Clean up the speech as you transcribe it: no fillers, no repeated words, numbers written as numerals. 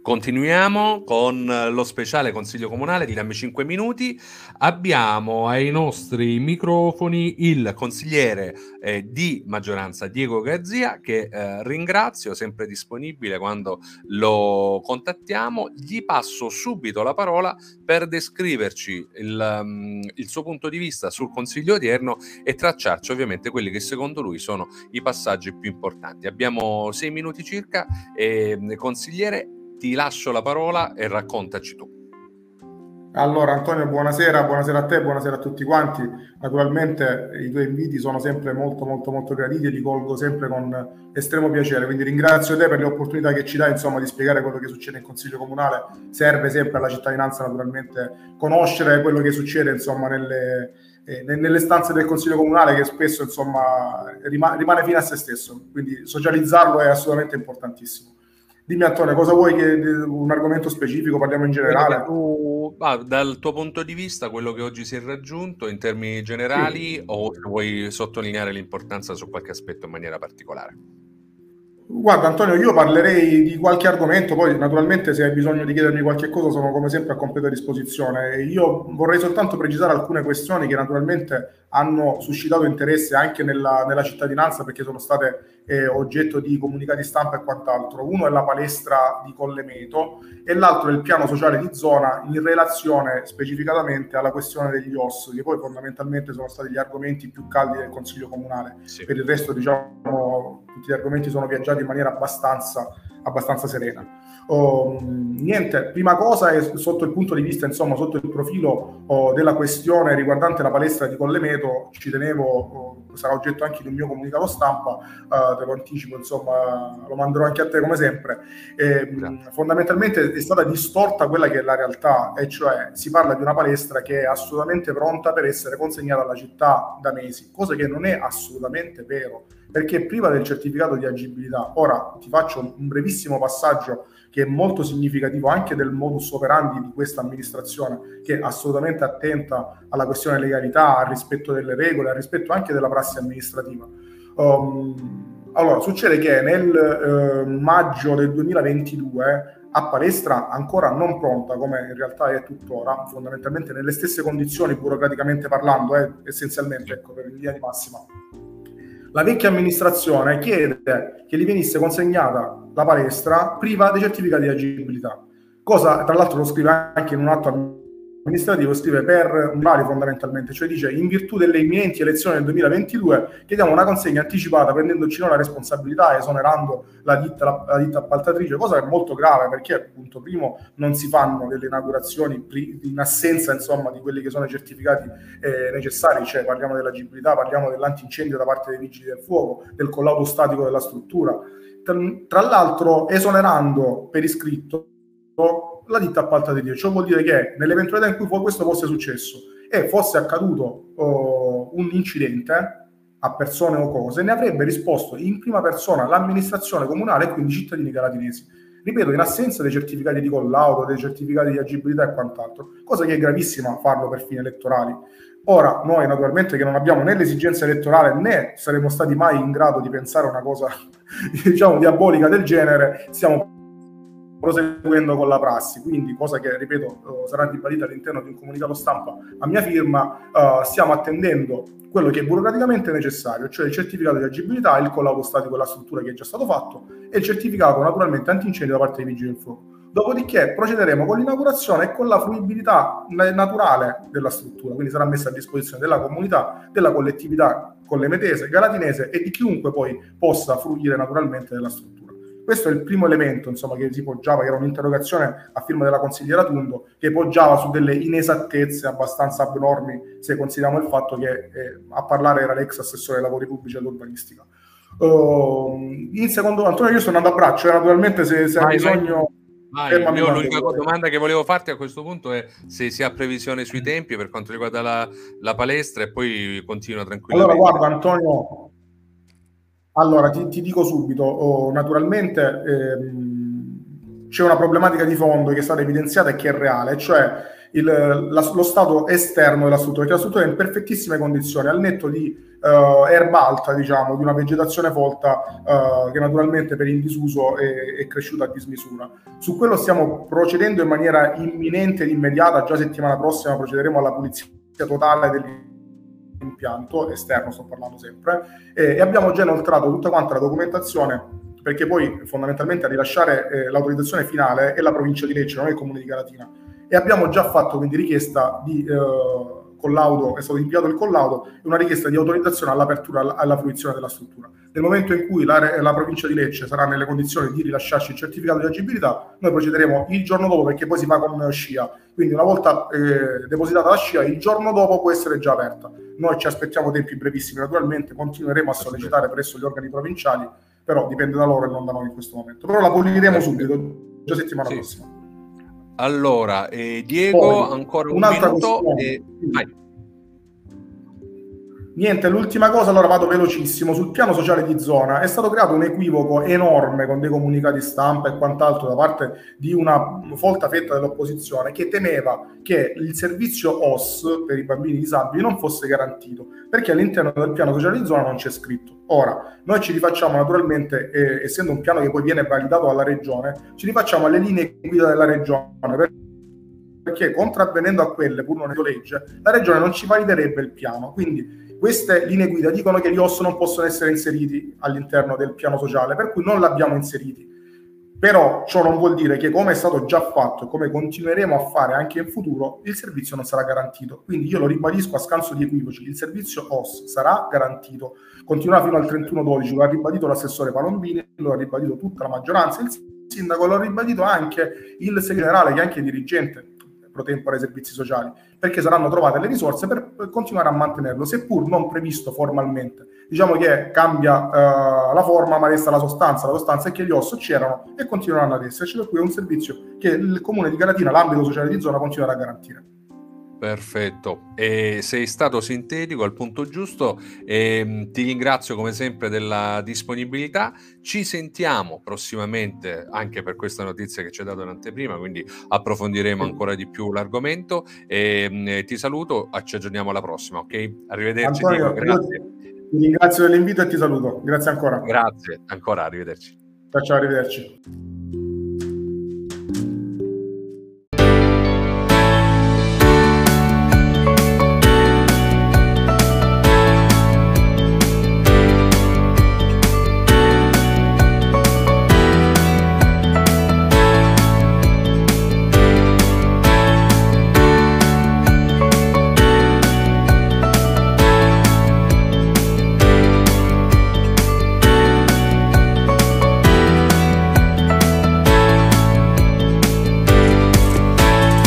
Continuiamo con lo speciale Consiglio Comunale di Dammi 5 minuti. Abbiamo ai nostri microfoni il consigliere di maggioranza Diego Garzia, che ringrazio, sempre disponibile quando lo contattiamo. Gli passo subito la parola per descriverci il suo punto di vista sul Consiglio odierno e tracciarci ovviamente quelli che secondo lui sono i passaggi più importanti. Abbiamo 6 minuti circa e consigliere, ti lascio la parola e raccontaci tu. Allora Antonio, buonasera a te, buonasera a tutti quanti. Naturalmente i tuoi inviti sono sempre molto graditi e li colgo sempre con estremo piacere, quindi ringrazio te per le opportunità che ci dai, insomma, di spiegare quello che succede in Consiglio Comunale. Serve sempre alla cittadinanza naturalmente conoscere quello che succede, insomma, nelle stanze del Consiglio Comunale, che spesso, insomma, rimane fine a se stesso, quindi socializzarlo è assolutamente importantissimo. Dimmi Antonio, cosa vuoi, un argomento specifico, parliamo in generale? Dal tuo punto di vista, quello che oggi si è raggiunto in termini generali, sì, o vuoi sottolineare l'importanza su qualche aspetto in maniera particolare? Guarda Antonio, io parlerei di qualche argomento, poi naturalmente se hai bisogno di chiedermi qualche cosa sono come sempre a completa disposizione. Io vorrei soltanto precisare alcune questioni che naturalmente hanno suscitato interesse anche nella cittadinanza, perché sono state oggetto di comunicati stampa e quant'altro. Uno è la palestra di Collemeto e l'altro è il piano sociale di zona in relazione specificatamente alla questione degli OSS, che poi fondamentalmente sono stati gli argomenti più caldi del Consiglio Comunale. Sì. Per il resto, diciamo, tutti gli argomenti sono viaggiati in maniera abbastanza serena. Niente, prima cosa è sotto il punto di vista, insomma, sotto il profilo della questione riguardante la palestra di Collemeto, ci tenevo, sarà oggetto anche di un mio comunicato stampa, te lo anticipo, insomma, lo manderò anche a te come sempre. Fondamentalmente è stata distorta quella che è la realtà, e cioè si parla di una palestra che è assolutamente pronta per essere consegnata alla città da mesi, cosa che non è assolutamente vero, perché è priva del certificato di agibilità. Ora ti faccio un brevissimo passaggio che è molto significativo anche del modus operandi di questa amministrazione, che è assolutamente attenta alla questione legalità, al rispetto delle regole, al rispetto anche della prassi amministrativa. Allora, succede che nel maggio del 2022 a palestra ancora non pronta, come in realtà è tuttora, fondamentalmente nelle stesse condizioni burocraticamente parlando, essenzialmente, ecco, per linea di massima, la vecchia amministrazione chiede che gli venisse consegnata la palestra priva dei certificati di agibilità, cosa tra l'altro lo scrive anche in un atto amministrativo, scrive per Murali fondamentalmente, cioè dice: in virtù delle imminenti elezioni del 2022 chiediamo una consegna anticipata prendendoci noi la responsabilità, esonerando la ditta appaltatrice, cosa che è molto grave, perché appunto primo non si fanno delle inaugurazioni in assenza, insomma, di quelli che sono i certificati necessari, cioè parliamo dell'agibilità, parliamo dell'antincendio da parte dei vigili del fuoco, del collaudo statico della struttura, tra l'altro esonerando per iscritto la ditta appaltatrice. Ciò vuol dire che nell'eventualità in cui questo fosse successo e fosse accaduto un incidente a persone o cose, ne avrebbe risposto in prima persona l'amministrazione comunale e quindi i cittadini calatinesi. Ripeto, in assenza dei certificati di collaudo, dei certificati di agibilità e quant'altro, cosa che è gravissima farlo per fini elettorali. Ora, noi naturalmente che non abbiamo né l'esigenza elettorale né saremo stati mai in grado di pensare a una cosa, diciamo, diabolica del genere, stiamo proseguendo con la prassi, quindi cosa che, ripeto, sarà ribadita all'interno di un comunicato stampa a mia firma. Stiamo attendendo quello che è burocraticamente necessario, cioè il certificato di agibilità, il collaudo statico della struttura che è già stato fatto e il certificato naturalmente antincendio da parte dei vigili del fuoco. Dopodiché procederemo con l'inaugurazione e con la fruibilità naturale della struttura, quindi sarà messa a disposizione della comunità, della collettività collemetese, galatinese e di chiunque poi possa fruire naturalmente della struttura. Questo è il primo elemento, insomma, che si poggiava, che era un'interrogazione a firma della consigliera Tundo, che poggiava su delle inesattezze abbastanza abnormi, se consideriamo il fatto che a parlare era l'ex assessore ai lavori pubblici e all'urbanistica. In secondo, Antonio, io sto andando a braccio, naturalmente se hai bisogno... Io l'unica domanda che volevo farti a questo punto è se si ha previsione sui tempi per quanto riguarda la palestra, e poi continua tranquillamente. Allora, guarda Antonio, allora ti dico subito, naturalmente c'è una problematica di fondo che è stata evidenziata e che è reale, cioè lo stato esterno della struttura, perché la struttura è in perfettissime condizioni, al netto di erba alta, diciamo, di una vegetazione folta che naturalmente per il disuso è cresciuta a dismisura. Su quello stiamo procedendo in maniera imminente ed immediata, già settimana prossima procederemo alla pulizia totale dell'impianto esterno, sto parlando sempre, e abbiamo già inoltrato tutta quanta la documentazione, perché poi fondamentalmente a rilasciare l'autorizzazione finale è la provincia di Lecce, non è il comune di Calatina, e abbiamo già fatto quindi richiesta di collaudo, è stato inviato il collaudo e una richiesta di autorizzazione all'apertura, alla fruizione della struttura. Nel momento in cui la provincia di Lecce sarà nelle condizioni di rilasciarci il certificato di agibilità, noi procederemo il giorno dopo, perché poi si fa con SCIA, quindi una volta depositata la SCIA, il giorno dopo può essere già aperta. Noi ci aspettiamo tempi brevissimi, naturalmente continueremo a sollecitare presso gli organi provinciali, però dipende da loro e non da noi in questo momento. Però la puliremo subito, già settimana prossima. Allora, Diego, poi, ancora un minuto e vai. Niente, l'ultima cosa, allora vado velocissimo. Sul piano sociale di zona è stato creato un equivoco enorme con dei comunicati stampa e quant'altro da parte di una folta fetta dell'opposizione che temeva che il servizio OS per i bambini disabili non fosse garantito, perché all'interno del piano sociale di zona non c'è scritto. Ora, noi ci rifacciamo naturalmente, essendo un piano che poi viene validato dalla regione, ci rifacciamo alle linee guida della regione, perché contravvenendo a quelle, pur non è legge, la regione non ci validerebbe il piano. Quindi queste linee guida dicono che gli OS non possono essere inseriti all'interno del piano sociale, per cui non l'abbiamo inseriti. Però ciò non vuol dire che, come è stato già fatto e come continueremo a fare anche in futuro, il servizio non sarà garantito. Quindi io lo ribadisco a scanso di equivoci: il servizio OS sarà garantito, continuerà fino al 31/12, lo ha ribadito l'assessore Palombini, lo ha ribadito tutta la maggioranza, il sindaco, lo ha ribadito anche il segretario, che è anche dirigente pro tempore ai servizi sociali, perché saranno trovate le risorse per continuare a mantenerlo, seppur non previsto formalmente. Diciamo che cambia la forma, ma resta la sostanza. La sostanza è che gli OS c'erano e continueranno ad esserci, per cui è un servizio che il comune di Calatina, l'ambito sociale di zona, continuerà a garantire. Perfetto, sei stato sintetico al punto giusto, ti ringrazio come sempre della disponibilità. Ci sentiamo prossimamente anche per questa notizia che ci hai dato in anteprima, quindi approfondiremo ancora di più l'argomento e ti saluto, ci aggiorniamo alla prossima, ok? Arrivederci. Antonio, Diego, grazie. Ti ringrazio dell'invito e ti saluto, grazie ancora. Grazie ancora, arrivederci. Ciao, arrivederci.